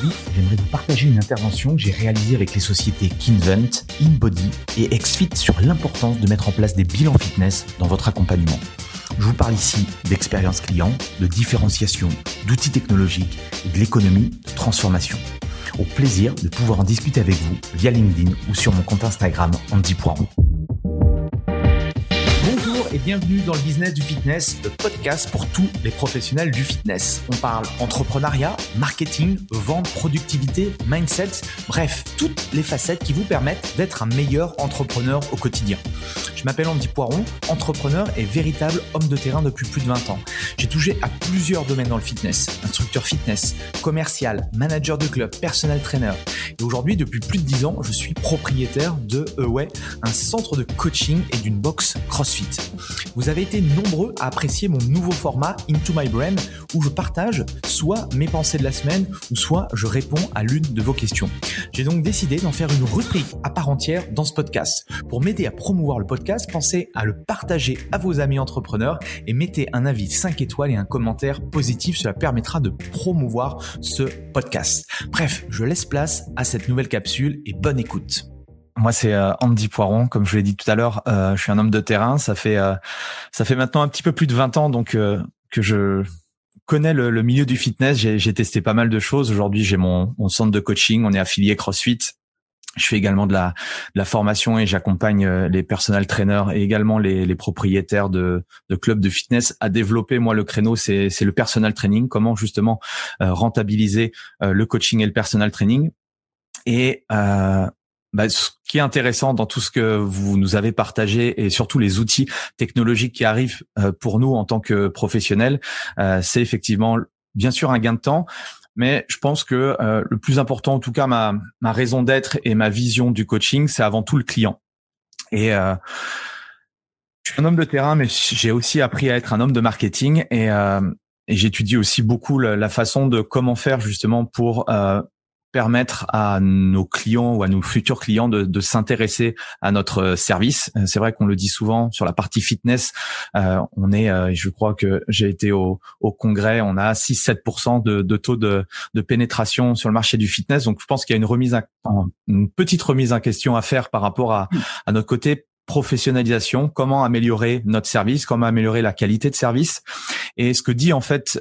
Aujourd'hui, j'aimerais vous partager une intervention que j'ai réalisée avec les sociétés Kinvent, InBody et XFit sur l'importance de mettre en place des bilans fitness dans votre accompagnement. Je vous parle ici d'expérience client, de différenciation, d'outils technologiques et de l'économie de transformation. Au plaisir de pouvoir en discuter avec vous via LinkedIn ou sur mon compte Instagram Andy Poiron. Bonjour et bienvenue dans le business du fitness, le podcast pour tous les professionnels du fitness. On parle entrepreneuriat, marketing, vente, productivité, mindset, bref, toutes les facettes qui vous permettent d'être un meilleur entrepreneur au quotidien. Je m'appelle Andy Poiron, entrepreneur et véritable homme de terrain depuis plus de 20 ans. J'ai touché à plusieurs domaines dans le fitness, instructeur fitness, commercial, manager de club, personal trainer. Et aujourd'hui, depuis plus de 10 ans, je suis propriétaire de Away, un centre de coaching et d'une box CrossFit. Vous avez été nombreux à apprécier mon nouveau format Into My Brain où je partage soit mes pensées de la semaine ou soit je réponds à l'une de vos questions. J'ai donc décidé d'en faire une rubrique à part entière dans ce podcast. Pour m'aider à promouvoir le podcast, pensez à le partager à vos amis entrepreneurs et mettez un avis 5 étoiles et un commentaire positif. Cela permettra de promouvoir ce podcast. Bref, je laisse place à cette nouvelle capsule et bonne écoute. Moi, c'est Andy Poiron. Comme je vous l'ai dit tout à l'heure, je suis un homme de terrain. Ça fait maintenant un petit peu plus de 20 ans donc que je connais le milieu du fitness. J'ai testé pas mal de choses. Aujourd'hui, j'ai mon centre de coaching. On est affilié CrossFit. Je fais également de la formation et j'accompagne les personal trainers et également les propriétaires de clubs de fitness à développer. Moi, le créneau, c'est le personal training. Comment justement rentabiliser le coaching et le personal training. Et ce qui est intéressant dans tout ce que vous nous avez partagé et surtout les outils technologiques qui arrivent pour nous en tant que professionnels, c'est effectivement bien sûr un gain de temps. Mais je pense que le plus important, en tout cas ma raison d'être et ma vision du coaching, c'est avant tout le client. Et je suis un homme de terrain, mais j'ai aussi appris à être un homme de marketing et j'étudie aussi beaucoup la façon de comment faire justement pour permettre à nos clients ou à nos futurs clients de s'intéresser à notre service. C'est vrai qu'on le dit souvent sur la partie fitness. On est, je crois que j'ai été au congrès, on a 6-7% de taux de pénétration sur le marché du fitness. Donc, je pense qu'il y a une petite remise en question à faire par rapport à notre côté professionnalisation, comment améliorer notre service, comment améliorer la qualité de service. Et ce que dit en fait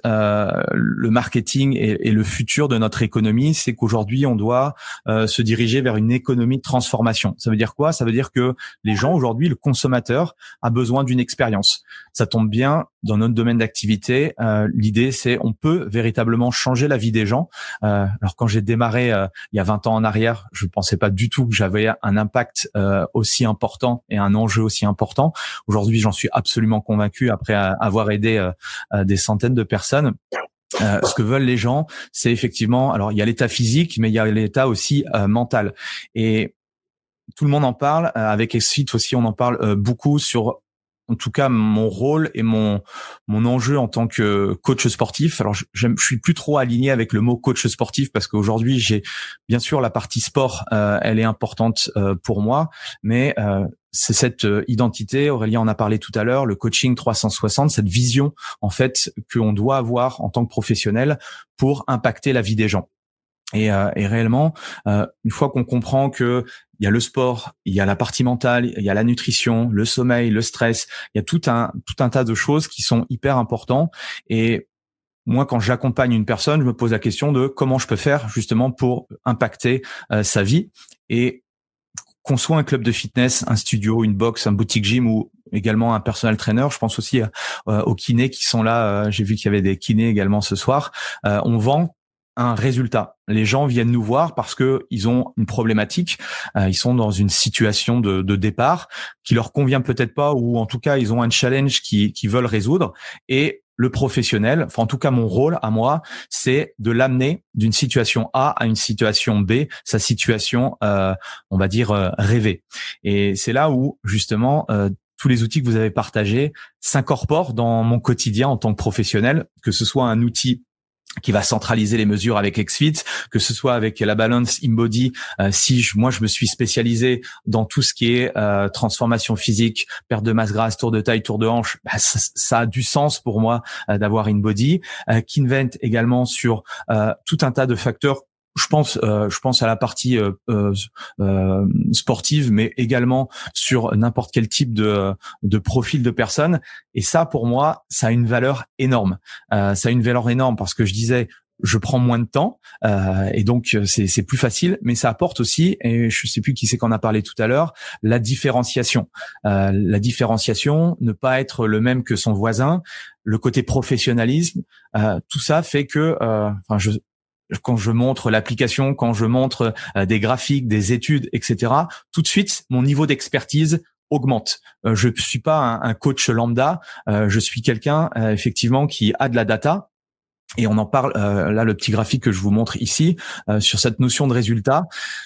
le marketing et le futur de notre économie, c'est qu'aujourd'hui on doit se diriger vers une économie de transformation. Ça veut dire quoi? Ça veut dire que les gens aujourd'hui, le consommateur a besoin d'une expérience. Ça tombe bien dans notre domaine d'activité. L'idée c'est on peut véritablement changer la vie des gens. Alors quand j'ai démarré il y a 20 ans en arrière, je pensais pas du tout que j'avais un impact aussi important et un enjeu aussi important. Aujourd'hui, j'en suis absolument convaincu après avoir aidé des centaines de personnes. Ce que veulent les gens, c'est effectivement, alors il y a l'état physique, mais il y a l'état aussi mental. Et tout le monde en parle. Avec XFit aussi, on en parle beaucoup sur, en tout cas, mon rôle et mon enjeu en tant que coach sportif. Alors, je suis plus trop aligné avec le mot coach sportif parce qu'aujourd'hui, j'ai bien sûr la partie sport, elle est importante pour moi, mais c'est cette identité, Aurélien en a parlé tout à l'heure, le coaching 360, cette vision en fait qu'on doit avoir en tant que professionnel pour impacter la vie des gens. Et réellement, une fois qu'on comprend que il y a le sport, il y a la partie mentale, il y a la nutrition, le sommeil, le stress, il y a tout un tas de choses qui sont hyper importants. Et moi, quand j'accompagne une personne, je me pose la question de comment je peux faire justement pour impacter sa vie. Et qu'on soit un club de fitness, un studio, une box, un boutique gym ou également un personal trainer, je pense aussi aux kinés qui sont là. J'ai vu qu'il y avait des kinés également ce soir. On vend un résultat. Les gens viennent nous voir parce que ils ont une problématique, ils sont dans une situation de départ qui leur convient peut-être pas ou en tout cas ils ont un challenge qui veulent résoudre et le professionnel, enfin en tout cas mon rôle à moi, c'est de l'amener d'une situation A à une situation B, sa situation on va dire rêvée. Et c'est là où justement tous les outils que vous avez partagés s'incorporent dans mon quotidien en tant que professionnel, que ce soit un outil qui va centraliser les mesures avec XFit, que ce soit avec la balance InBody. Moi je me suis spécialisé dans tout ce qui est transformation physique, perte de masse grasse, tour de taille, tour de hanche, ça a du sens pour moi d'avoir InBody. Kinvent également sur tout un tas de facteurs je pense à la partie sportive, mais également sur n'importe quel type de profil de personne. Et ça, pour moi, ça a une valeur énorme. Ça a une valeur énorme parce que je disais, je prends moins de temps et donc c'est plus facile, mais ça apporte aussi, et je sais plus qui c'est qu'on a parlé tout à l'heure, la différenciation. La différenciation, ne pas être le même que son voisin, le côté professionnalisme, tout ça fait que, quand je montre l'application, quand je montre des graphiques, des études, etc., tout de suite, mon niveau d'expertise augmente. Je suis pas un coach lambda, je suis quelqu'un effectivement qui a de la data. Et on en parle là, le petit graphique que je vous montre ici sur cette notion de résultat.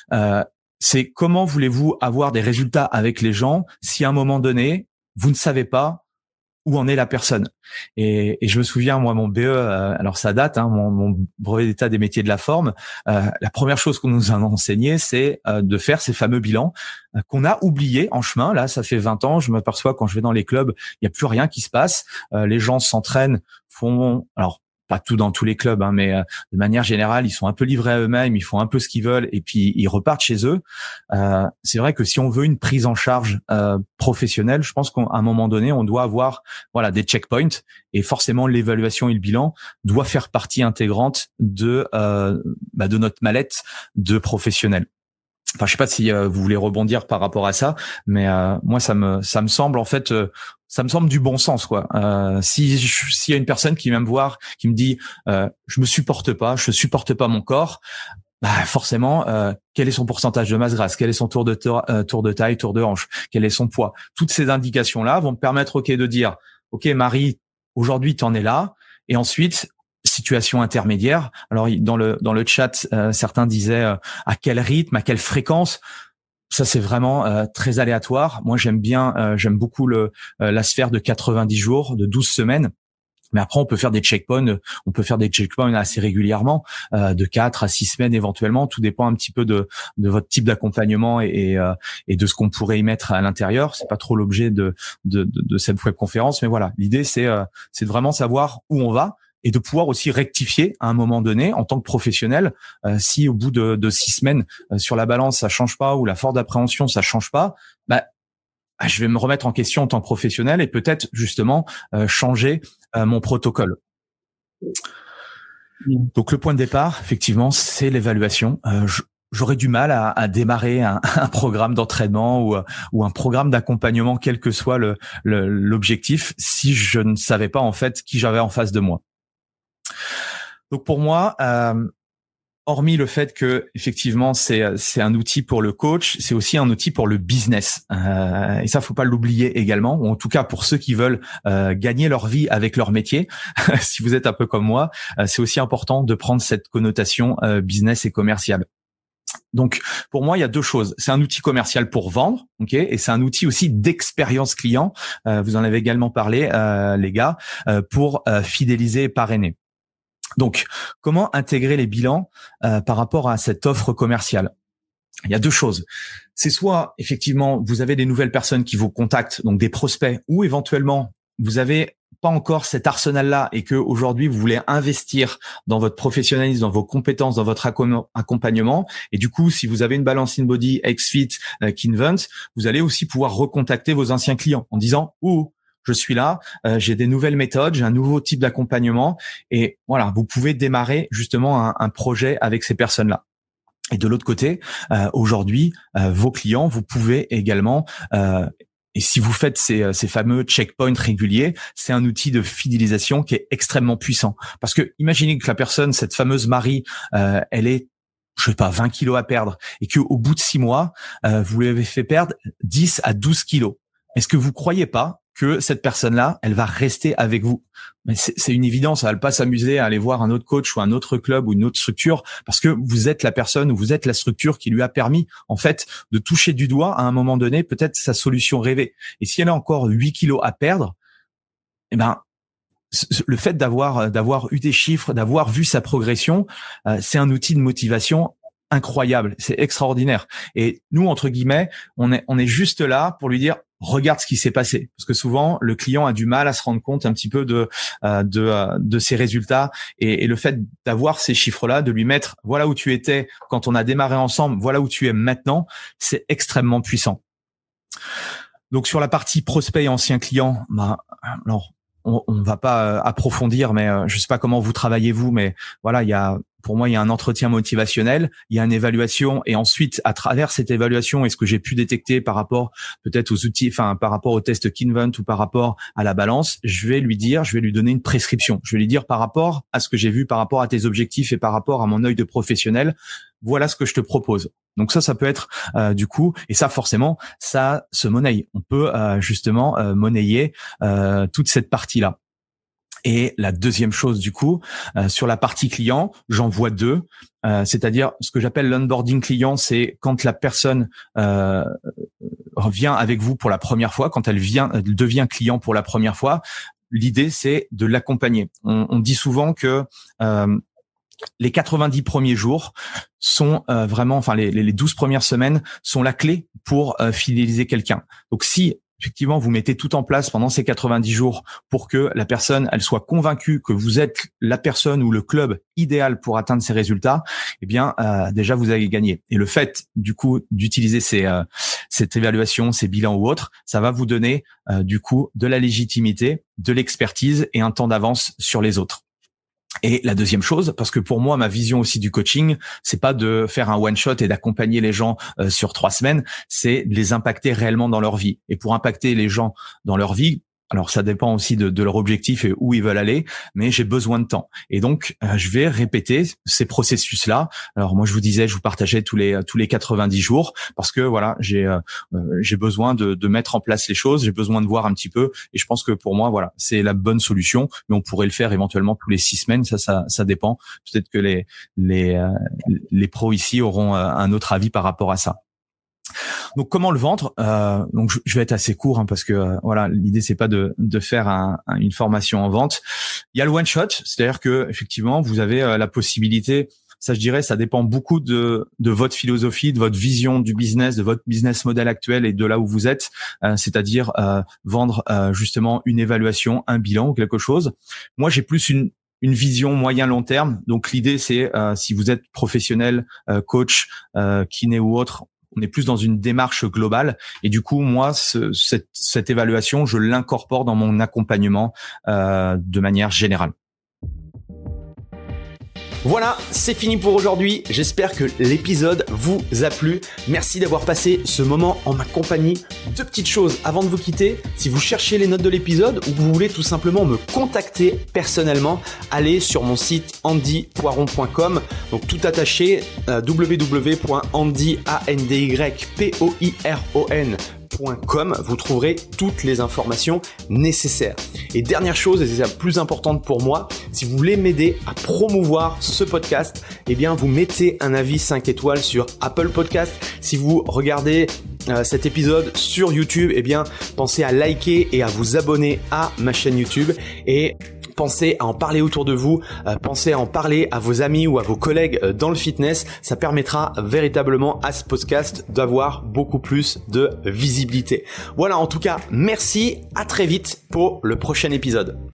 C'est comment voulez-vous avoir des résultats avec les gens si à un moment donné vous ne savez pas où en est la personne. Et je me souviens, moi, mon BE, alors ça date, mon brevet d'état des métiers de la forme, la première chose qu'on nous a enseigné, c'est de faire ces fameux bilans qu'on a oubliés en chemin. Là, ça fait 20 ans, je m'aperçois quand je vais dans les clubs, il n'y a plus rien qui se passe. Les gens s'entraînent, alors pas tout dans tous les clubs, mais de manière générale, ils sont un peu livrés à eux-mêmes, ils font un peu ce qu'ils veulent et puis ils repartent chez eux. C'est vrai que si on veut une prise en charge professionnelle, je pense qu'à un moment donné, on doit avoir des checkpoints et forcément l'évaluation et le bilan doit faire partie intégrante de notre mallette de professionnel. Enfin, je sais pas si vous voulez rebondir par rapport à ça, mais moi ça me semble en fait ça me semble du bon sens quoi. S'il y a une personne qui vient me voir, qui me dit je supporte pas mon corps, forcément quel est son pourcentage de masse grasse, quel est son tour de taille, tour de hanche, quel est son poids. Toutes ces indications là vont me permettre de dire OK Marie, aujourd'hui tu en es là, et ensuite situation intermédiaire. Alors dans le chat, certains disaient à quel rythme, à quelle fréquence. Ça c'est vraiment très aléatoire. Moi j'aime beaucoup la sphère de 90 jours, de 12 semaines. Mais après on peut faire des checkpoints, assez régulièrement, de 4 à 6 semaines éventuellement. Tout dépend un petit peu de votre type d'accompagnement et de ce qu'on pourrait y mettre à l'intérieur. C'est pas trop l'objet de cette webconférence, mais voilà, l'idée c'est de vraiment savoir où on va et de pouvoir aussi rectifier à un moment donné en tant que professionnel. Si au bout de 6 semaines sur la balance ça change pas, ou la force d'appréhension ça change pas, je vais me remettre en question en tant que professionnel et peut-être justement changer mon protocole. Donc le point de départ, effectivement, c'est l'évaluation. J'aurais du mal à démarrer un programme d'entraînement ou un programme d'accompagnement, quel que soit l'objectif, si je ne savais pas en fait qui j'avais en face de moi. Donc pour moi, hormis le fait que effectivement c'est un outil pour le coach, c'est aussi un outil pour le business. Et ça, faut pas l'oublier également. Ou en tout cas pour ceux qui veulent gagner leur vie avec leur métier. Si vous êtes un peu comme moi, c'est aussi important de prendre cette connotation business et commerciale. Donc, pour moi, il y a deux choses. C'est un outil commercial pour vendre, ok, et c'est un outil aussi d'expérience client. Vous en avez également parlé, les gars, pour fidéliser et parrainer. Donc, comment intégrer les bilans par rapport à cette offre commerciale ? Il y a deux choses. C'est soit, effectivement, vous avez des nouvelles personnes qui vous contactent, donc des prospects, ou éventuellement, vous avez pas encore cet arsenal-là et que aujourd'hui vous voulez investir dans votre professionnalisme, dans vos compétences, dans votre accompagnement. Et du coup, si vous avez une Balance in Body, XFIT, Kinvent, vous allez aussi pouvoir recontacter vos anciens clients en disant « Oh, je suis là, j'ai des nouvelles méthodes, j'ai un nouveau type d'accompagnement. » Et voilà, vous pouvez démarrer justement un projet avec ces personnes-là. Et de l'autre côté, aujourd'hui, vos clients, vous pouvez également... et si vous faites ces fameux checkpoints réguliers, c'est un outil de fidélisation qui est extrêmement puissant. Parce que imaginez que la personne, cette fameuse Marie, elle est, je sais pas, 20 kilos à perdre, et qu'au bout de 6 mois, vous lui avez fait perdre 10 à 12 kilos. Est-ce que vous croyez pas que cette personne-là, elle va rester avec vous? Mais c'est une évidence, elle va pas s'amuser à aller voir un autre coach ou un autre club ou une autre structure, parce que vous êtes la personne ou vous êtes la structure qui lui a permis, en fait, de toucher du doigt à un moment donné peut-être sa solution rêvée. Et si elle a encore 8 kilos à perdre, eh ben, le fait d'avoir eu des chiffres, d'avoir vu sa progression, c'est un outil de motivation incroyable, c'est extraordinaire. Et nous, entre guillemets, on est juste là pour lui dire regarde ce qui s'est passé, parce que souvent le client a du mal à se rendre compte un petit peu de ses résultats, et le fait d'avoir ces chiffres-là, de lui mettre voilà où tu étais quand on a démarré ensemble, voilà où tu es maintenant, c'est extrêmement puissant. Donc sur la partie prospect et ancien client, alors on va pas approfondir, mais je sais pas comment vous travaillez vous, mais voilà, pour moi, il y a un entretien motivationnel, il y a une évaluation, et ensuite, à travers cette évaluation et ce que j'ai pu détecter par rapport peut-être aux outils, par rapport au test Kinvent ou par rapport à la balance, je vais lui donner une prescription. Je vais lui dire par rapport à ce que j'ai vu, par rapport à tes objectifs et par rapport à mon œil de professionnel, voilà ce que je te propose. Donc ça peut être du coup, et ça forcément, ça se monnaie. On peut justement monnayer toute cette partie-là. Et la deuxième chose, du coup, sur la partie client, j'en vois deux. C'est-à-dire ce que j'appelle l'onboarding client, c'est quand la personne vient avec vous pour la première fois, quand elle devient client pour la première fois. L'idée, c'est de l'accompagner. On dit souvent que les 90 premiers jours sont vraiment, les 12 premières semaines sont la clé pour fidéliser quelqu'un. Donc si effectivement vous mettez tout en place pendant ces 90 jours pour que la personne elle soit convaincue que vous êtes la personne ou le club idéal pour atteindre ces résultats, eh bien déjà vous avez gagné. Et le fait du coup d'utiliser cette évaluation, ces bilans ou autres, ça va vous donner du coup de la légitimité, de l'expertise et un temps d'avance sur les autres. Et la deuxième chose, parce que pour moi, ma vision aussi du coaching, c'est pas de faire un one shot et d'accompagner les gens sur 3 semaines, c'est de les impacter réellement dans leur vie. Et pour impacter les gens dans leur vie, alors ça dépend aussi de leur objectif et où ils veulent aller, mais j'ai besoin de temps. Et donc, je vais répéter ces processus-là. Alors moi, je vous partageais tous les 90 jours parce que voilà, j'ai besoin de mettre en place les choses, j'ai besoin de voir un petit peu. Et je pense que pour moi, voilà, c'est la bonne solution. Mais on pourrait le faire éventuellement tous les 6 semaines. Ça dépend. Peut-être que les pros ici auront un autre avis par rapport à ça. Donc comment le vendre, donc je vais être assez court parce que voilà, l'idée c'est pas de faire une formation en vente. Il y a le one shot, c'est-à-dire que effectivement vous avez la possibilité, ça je dirais ça dépend beaucoup de votre philosophie, de votre vision du business, de votre business model actuel et de là où vous êtes, c'est-à-dire vendre justement une évaluation, un bilan ou quelque chose. Moi j'ai plus une vision moyen-long terme. Donc l'idée c'est si vous êtes professionnel, coach, kiné ou autre, on est plus dans une démarche globale. Et du coup, moi, cette évaluation, je l'incorpore dans mon accompagnement de manière générale. Voilà, c'est fini pour aujourd'hui. J'espère que l'épisode vous a plu. Merci d'avoir passé ce moment en ma compagnie. 2 petites choses avant de vous quitter. Si vous cherchez les notes de l'épisode ou que vous voulez tout simplement me contacter personnellement, allez sur mon site andypoiron.com. Donc tout attaché, www.andypoiron.com, vous trouverez toutes les informations nécessaires. Et dernière chose, et c'est la plus importante pour moi, si vous voulez m'aider à promouvoir ce podcast, eh bien vous mettez un avis 5 étoiles sur Apple Podcast. Si vous regardez cet épisode sur YouTube, eh bien pensez à liker et à vous abonner à ma chaîne YouTube, et pensez à en parler autour de vous, pensez à en parler à vos amis ou à vos collègues dans le fitness. Ça permettra véritablement à ce podcast d'avoir beaucoup plus de visibilité. Voilà, en tout cas, merci, à très vite pour le prochain épisode.